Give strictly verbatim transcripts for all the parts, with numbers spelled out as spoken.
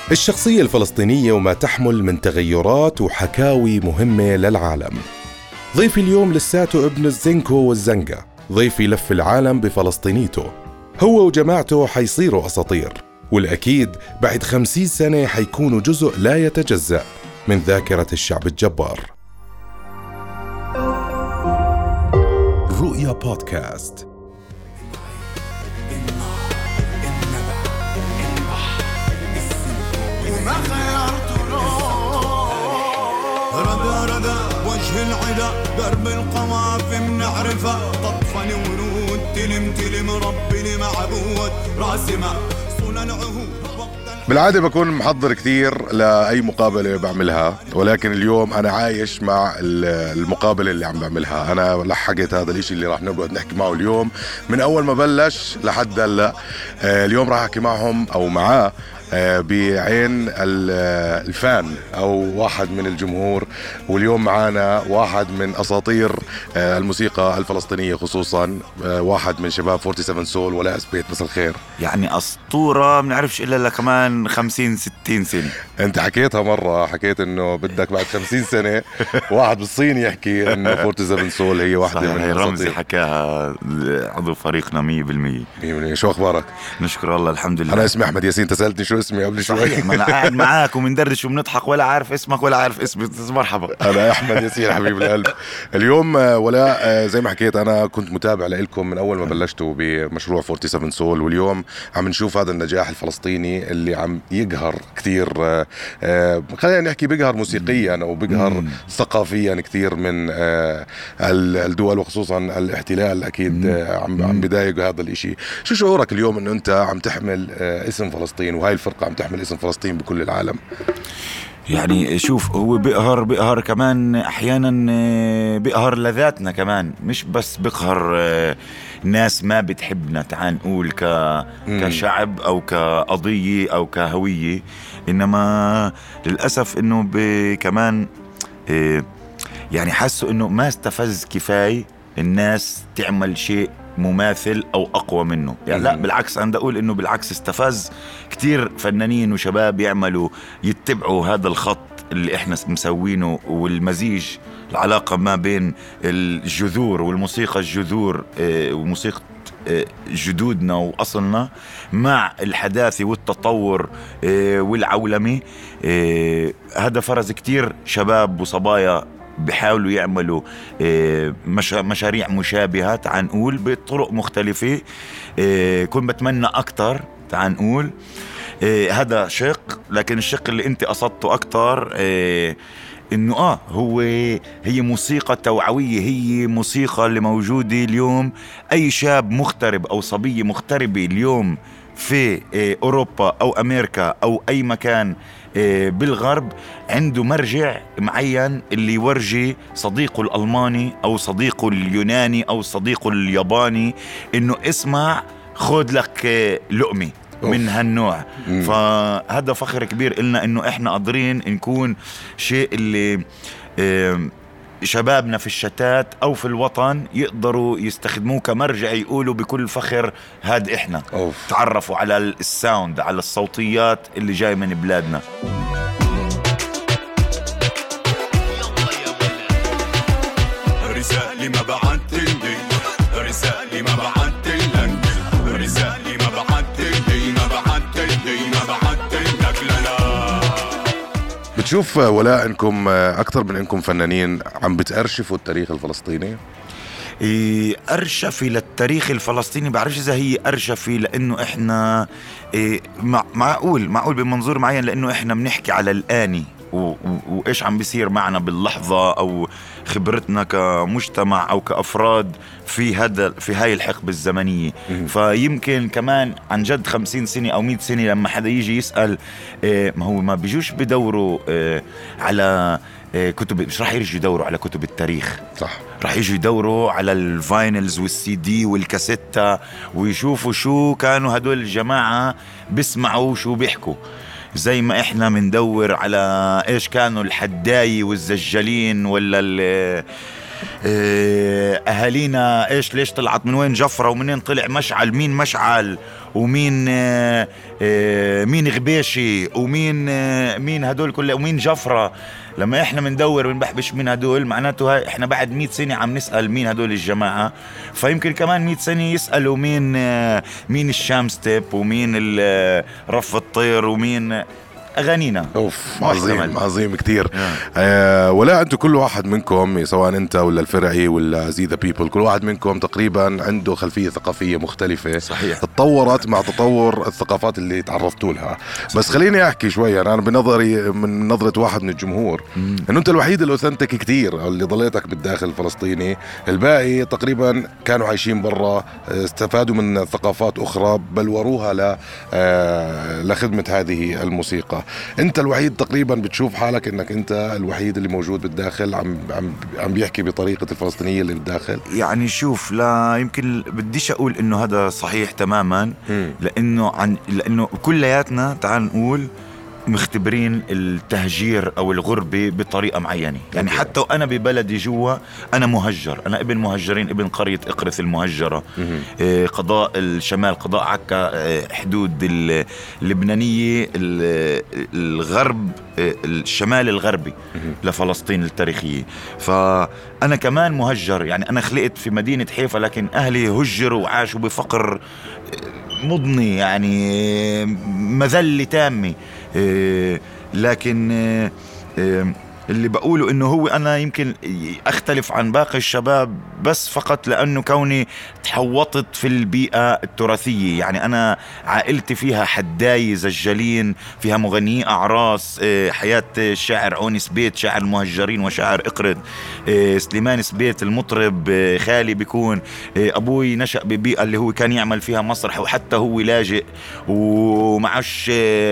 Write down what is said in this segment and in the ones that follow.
الشخصية الفلسطينية وما تحمل من تغيرات وحكاوي مهمة للعالم. ضيفي اليوم لساته ابن الزنكو والزنقة، ضيفي لف العالم بفلسطينيته. هو وجماعته حيصيروا أساطير، والأكيد بعد خمسين سنة حيكونوا جزء لا يتجزأ من ذاكرة الشعب الجبار. رؤيا بودكاست. ردا ردا وجه العدا درب القوافي منعرفة تطفن ورود تلم تلم ربي معبود راسمة صنع عهود. بالعادة بكون محضر كثير لأي مقابلة بعملها، ولكن اليوم أنا عايش مع المقابلة اللي عم بعملها. أنا لحقت هذا الاشي اللي راح نقعد نحكي معه اليوم من أول ما بلش لحد هلا. اليوم راح أحكي معهم أو معاه بعين الفان أو واحد من الجمهور، واليوم معانا واحد من أساطير الموسيقى الفلسطينية، خصوصا واحد من شباب سبعة وأربعين سول ولا أسبيت. مساء الخير. يعني أسطورة منعرفش إلا لكمان خمسين ستين سنة. أنت حكيتها مرة، حكيت إنه بدك بعد خمسين سنة واحد بالصين يحكي إنه سبعة وأربعين سول هي واحدة من الأساطير. رمزي حكاها عضو فريقنا مية بالمية. شو أخبارك؟ نشكر الله الحمد لله. أنا اسمي أحمد ياسين، تسألتني شو اسمي قبل شوي. ما أنا قاعد معاك ومندردش وبنضحك ولا عارف اسمك ولا عارف اسمي. مرحبا. أنا أحمد ياسين حبيب القلب. اليوم ولا زي ما حكيت أنا كنت متابع لكم من أول ما بلشتوا بمشروع سبعة وأربعين سول، واليوم عم نشوف هذا النجاح الفلسطيني اللي عم يقهر كثير، خلينا نحكي بيقهر موسيقيا أو بيقهر ثقافيا كثير من الدول، وخصوصا الاحتلال أكيد عم عم بيضايق هذا الإشي. شو شعورك اليوم إنه أنت عم تحمل اسم فلسطين وهاي الفرقة عم تحمل اسم فلسطين بكل العالم؟ يعني شوف، هو بيقهر بيقهر كمان أحيانا، بيقهر لذاتنا كمان، مش بس بيقهر ناس ما بتحبنا، تعال نقول ك... كشعب أو كقضية أو كهوية، إنما للأسف إنه ب... كمان يعني حسوا إنه ما استفز كفاية الناس تعمل شيء مماثل أو أقوى منه. يعني لا بالعكس، أنا أقول إنه بالعكس استفز كتير فنانين وشباب يعملوا يتبعوا هذا الخط اللي إحنا مسوينه، والمزيج العلاقة ما بين الجذور والموسيقى الجذور وموسيقى جدودنا وأصلنا مع الحداثة والتطور والعولمة. هذا فرز كتير شباب وصبايا بيحاولوا يعملوا مشاريع مشابهة، تعال نقول بطرق مختلفة. كنت بتمنى أكتر، تعال نقول هذا شق، لكن الشق اللي انت قصدته أكتر إنه آه هو هي موسيقى توعوية، هي موسيقى اللي موجودة اليوم. أي شاب مغترب أو صبية مغتربة اليوم في أوروبا أو أمريكا أو أي مكان بالغرب عنده مرجع معين اللي يورجي صديقه الألماني أو صديقه اليوناني أو صديقه الياباني إنه اسمع خد لك لقمة من هالنوع. فهذا فخر كبير إلنا إنه إحنا قادرين نكون شيء اللي شبابنا في الشتات أو في الوطن يقدروا يستخدموه كمرجع، يقولوا بكل فخر هاد إحنا. أوف. تعرفوا على الساوند، على الصوتيات اللي جاي من بلادنا. رسالة ما بعت لي، رسالة ما بعت لك، رسالة ما بعت لي، ما بعت لي، ما بعت لك. لا لا بتشوف ولا انكم اكثر من انكم فنانين عم بتأرشفوا التاريخ الفلسطيني؟ إيه أرشفي للتاريخ الفلسطيني، بعرفش إذا هي أرشفي لأنه إحنا إيه معقول معقول بمنظور معين، لأنه إحنا بنحكي على الآني وإيش عم بيصير معنا باللحظة أو خبرتنا كمجتمع أو كأفراد في هذا في هاي الحقبة الزمنية. فيمكن كمان عن جد خمسين سنة أو مئة سنة لما حدا يجي يسأل إيه ما هو ما بيجوش بدوروا إيه على إيه كتب، مش راح يرجوا يدوروا على كتب التاريخ، صح، راح يجوا يدوروا على الفاينلز والسي دي والكاسيتا ويشوفوا شو كانوا هدول الجماعة بيسمعوا شو بيحكوا. زي ما احنا مندور على ايش كانوا الحداي والزجالين ولا اهالينا ايش ليش طلعت من وين جفرة ومنين طلع مشعل، مين مشعل ومين مين غبيشي ومين مين هدول كله ومين جفرة. لما احنا بندور بنبحبش مين هدول، معناته احنا بعد مئة سنة عم نسأل مين هدول الجماعة، فيمكن كمان مئة سنة يسألوا مين مين الشام ستيب ومين رف الطير ومين أغانينا. أوف عظيم عظيم كتير. آه ولا أنتوا كل واحد منكم سواء أنت ولا الفرعي ولا زي ذا بيبل، كل واحد منكم تقريبا عنده خلفية ثقافية مختلفة. صحيح. تطورت مع تطور الثقافات اللي تعرفتوا لها. بس خليني أحكي شوية أنا بنظري من نظرة واحد من الجمهور مم. أنه أنت الوحيد الأوثنتك كتير اللي ضليتك بالداخل الفلسطيني، الباقي تقريبا كانوا عايشين برا، استفادوا من ثقافات أخرى بلوروها ل آه لخدمة هذه الموسيقى. انت الوحيد تقريبا بتشوف حالك انك انت الوحيد اللي موجود بالداخل عم عم عم بيحكي بطريقة الفلسطينية اللي بالداخل. يعني شوف، لا يمكن بديش اقول انه هذا صحيح تماما، م. لانه عن لانه كلياتنا تعال نقول مختبرين التهجير او الغربة بطريقة معينة. يعني حتى وانا ببلدي جوا انا مهجر، انا ابن مهجرين، ابن قرية اقرث المهجرة، إيه قضاء الشمال، قضاء عكا، إيه حدود اللبنانية، الغرب، إيه الشمال الغربي لفلسطين التاريخية. فانا كمان مهجر، يعني انا خلقت في مدينة حيفا لكن اهلي هجروا وعاشوا بفقر مضني، يعني مذلة تامة. إيه لكن إيه اللي بقوله انه هو انا يمكن اختلف عن باقي الشباب بس فقط لانه كوني تحوطت في البيئة التراثية. يعني انا عائلتي فيها حداي زجالين، فيها مغنيين اعراس، حياة الشاعر عوني سبيت شاعر المهجرين وشاعر اقرد، سليمان سبيت المطرب خالي بيكون، ابوي نشأ ببيئة اللي هو كان يعمل فيها مسرح وحتى هو لاجئ ومعش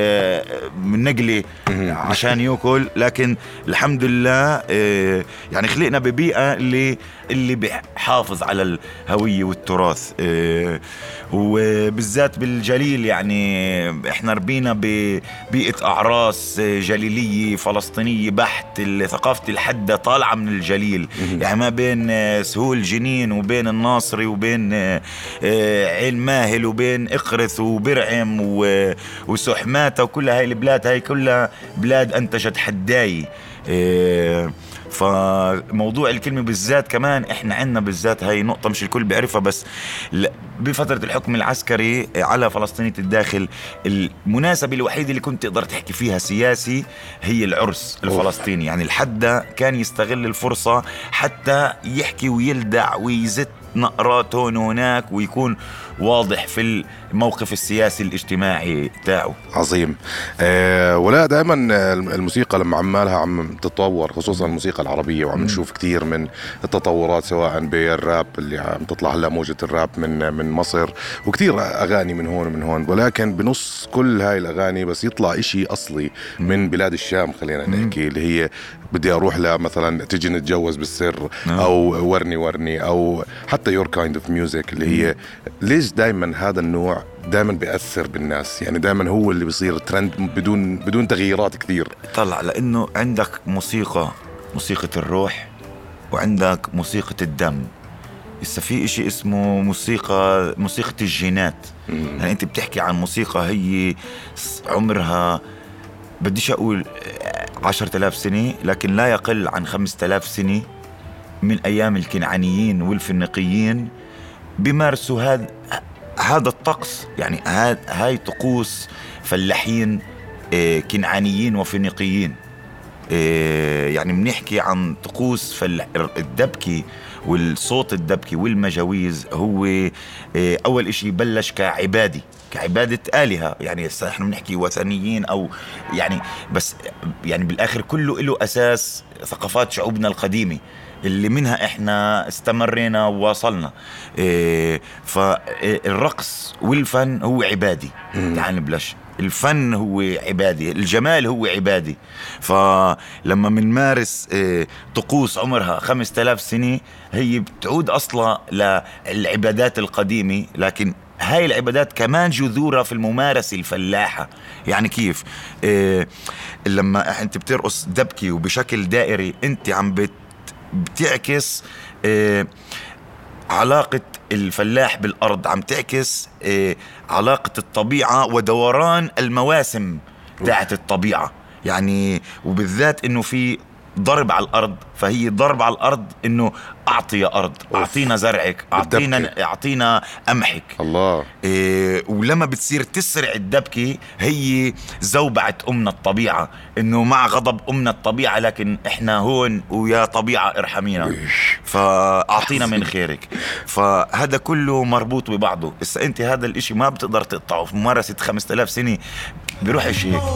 من نقلي عشان يأكل، لكن الحمد لله يعني خلقنا ببيئة اللي اللي بيحافظ على الهوية والتراث، وبالذات بالجليل. يعني احنا ربينا ببيئة أعراس جليلية فلسطينية بحت، ثقافة الحدة طالعة من الجليل، يعني ما بين سهول جنين وبين الناصري وبين عين ماهل وبين اقرث وبرعم وسحماتة، وكل هاي البلاد هاي كلها بلاد أنتجت حداي. إيه فموضوع الكلمة بالذات كمان احنا عندنا بالذات هاي نقطة مش الكل بيعرفها، بس بفترة الحكم العسكري على فلسطينية الداخل المناسبة الوحيدة اللي كنت تقدر تحكي فيها سياسي هي العرس الفلسطيني. يعني الحدة كان يستغل الفرصة حتى يحكي ويلدع ويزت نقرات هون وهناك ويكون واضح في الموقف السياسي الاجتماعي تاعه. عظيم. أه ولا دائما الموسيقى لما عمالها عم تتطور، خصوصا الموسيقى العربية، وعم نشوف كتير من التطورات سواء بالراب اللي عم تطلع هلا موجة الراب من من مصر، وكتير أغاني من هون ومن هون، ولكن بنص كل هاي الأغاني بس يطلع إشي أصلي من بلاد الشام، خلينا نحكي، اللي هي بدي أروح لها مثلا تيجي نتجوز بالسر، أو ورني ورني، أو حتى your kind of music اللي هي ليش دايما هذا النوع دايما بيأثر بالناس؟ يعني دايما هو اللي بيصير ترند بدون بدون تغييرات كثير. طلع لأنه عندك موسيقى موسيقى الروح وعندك موسيقى الدم. لسه في إشي اسمه موسيقى موسيقى الجينات. مم. يعني أنت بتحكي عن موسيقى هي عمرها بديش أقول عشرة آلاف سنة، لكن لا يقل عن خمسة آلاف سنة من أيام الكنعانيين والفينيقيين بيمارسوا هذا هذا الطقس. يعني هاي طقوس فلاحين كنعانيين وفينيقيين. يعني بنحكي عن طقوس الدبكي والصوت الدبكي والمجاويز. هو أول إشي بلش كعبادي كعبادة آلهة، يعني احنا بنحكي وثنيين أو يعني بس يعني بالآخر كله له أساس ثقافات شعوبنا القديمة اللي منها احنا استمرينا وواصلنا. إيه فالرقص والفن هو عبادي. تعال نبلش، الفن هو عبادي، الجمال هو عبادي. فلما منمارس إيه طقوس عمرها خمسة آلاف سنة هي بتعود أصلا للعبادات القديمة، لكن هاي العبادات كمان جذورها في الممارسة الفلاحة. يعني كيف إيه لما انت بترقص دبكي وبشكل دائري انت عم بت بتعكس آه علاقة الفلاح بالأرض، عم تعكس آه علاقة الطبيعة ودوران المواسم تاعت الطبيعة يعني. وبالذات إنه في ضرب على الأرض، فهي ضرب على الأرض إنه أعطي يا أرض، أعطينا زرعك، أعطينا أعطينا قمحك. الله. إيه ولما بتصير تسرع الدبكة هي زوبعة أمنا الطبيعة، إنه مع غضب أمنا الطبيعة لكن إحنا هون ويا طبيعة ارحمينا، فأعطينا من خيرك. فهذا كله مربوط ببعضه. إذا أنت هذا الإشي ما بتقدر تقطعه في ممارسة خمسة آلاف سنة بيروح إشي هيك.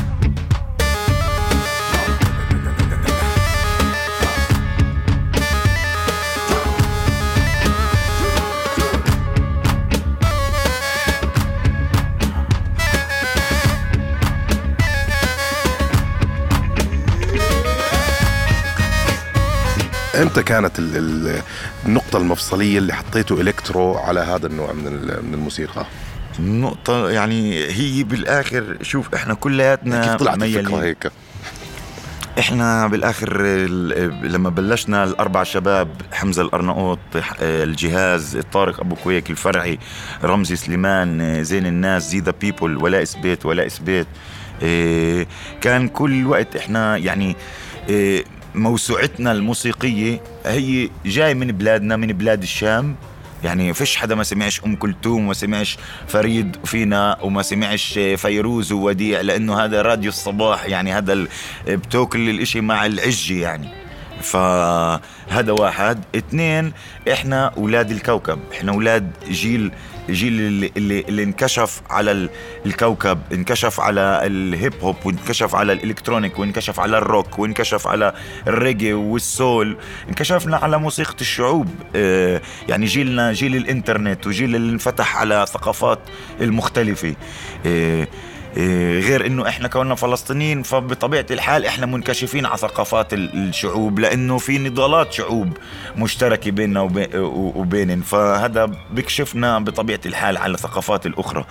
امتى كانت ال ال النقطة المفصلية اللي حطيته إلكترو على هذا النوع من من الموسيقى؟ النقطة يعني هي بالآخر، شوف إحنا كلياتنا كيف طلعت الفكرة هيك؟ إحنا بالآخر لما بلشنا الأربع شباب، حمزة الأرناؤوط، الجهاز، طارق أبو كويك، الفرعي، رمزي سليمان، زين الناس، زيدا بيبل، ولاء سبيت ولاء سبيت، كان كل وقت إحنا يعني موسوعتنا الموسيقية هي جاي من بلادنا، من بلاد الشام. يعني فيش حدا ما سمعش أم كلثوم وما سمعش فريد فينا وما سمعش فيروز ووديع، لأنه هذا راديو الصباح يعني. هذا بتوكل الاشي مع العجي يعني. فهذا واحد. اثنين، احنا اولاد الكوكب، احنا اولاد جيل جيل اللي, اللي, اللي انكشف على الكوكب، انكشف على الهيب هوب، وانكشف على الالكترونيك، وانكشف على الروك، وانكشف على الريجي والسول، انكشفنا على موسيقى الشعوب. اه يعني جيلنا جيل الانترنت، وجيل اللي انفتح على ثقافات المختلفة. اه غير انه احنا كوننا فلسطينيين، فبطبيعة الحال احنا منكشفين على ثقافات الشعوب، لانه في نضالات شعوب مشتركة بيننا وبينن، فهذا بكشفنا بطبيعة الحال على الثقافات الاخرى.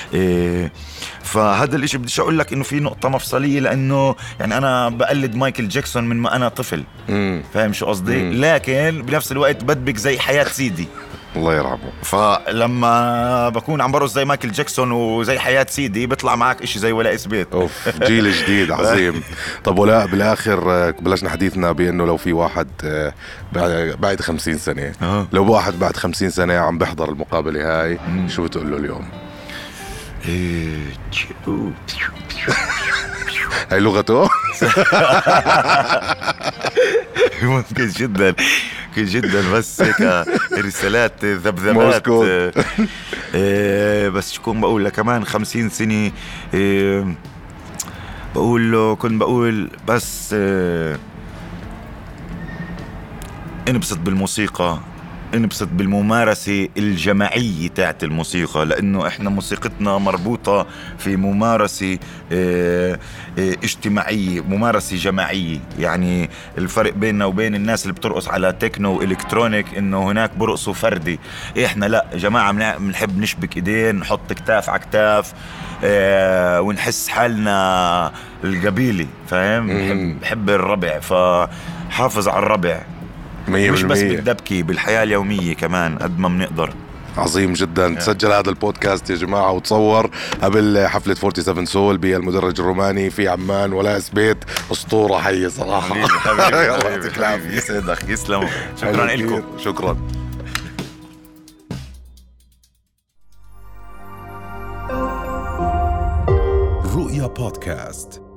فهذا الاشي بديش اقول لك انه في نقطة مفصلية، لانه يعني انا بقلد مايكل جاكسون من ما انا طفل، فاهم شو قصدي؟ لكن بنفس الوقت بدبك زي حياة سيدي، الله يرحمه. فلما بكون عم برقص زي مايكل جاكسون وزي حياة سيدي، بيطلع معك اشي زي ولاء سبيت. اوف، جيل جديد عظيم. طب ولا بالاخر بلشنا حديثنا بانه لو في واحد بعد خمسين سنة، أه. لو واحد بعد خمسين سنة عم بيحضر المقابلة هاي، مم. شو بتقول له اليوم؟ هاي لغته؟ ممكن جدا جدا، بس هيك رسالات ذبذبات. إيه بس شكون بقول له كمان خمسين سنة، إيه بقول له كنت بقول بس إيه انبسط بالموسيقى، انبسط بالممارسة الجماعية تاعت الموسيقى، لأنه إحنا موسيقتنا مربوطة في ممارسة اه اه اجتماعية، ممارسة جماعية. يعني الفرق بيننا وبين الناس اللي بترقص على تكنو وإلكترونيك إنه هناك برقصوا فردي، إحنا لا جماعة بنحب نشبك إيدين، نحط كتاف على كتاف، اه ونحس حالنا القبيلي، فاهم؟ بحب, بحب الربع، فحافظ على الربع، مش بس بالدبكي، بالحياة اليومية كمان قد ما بنقدر. عظيم جدا. تسجل هذا البودكاست يا جماعة وتصور قبل حفلة سبعة وأربعين سول بالمدرج الروماني في عمان. ولاء سبيت أسطورة حية صراحة. حبيبي حبيبي يسعدك، يسلموا. شكرا لكم. شكرا. رؤيا بودكاست.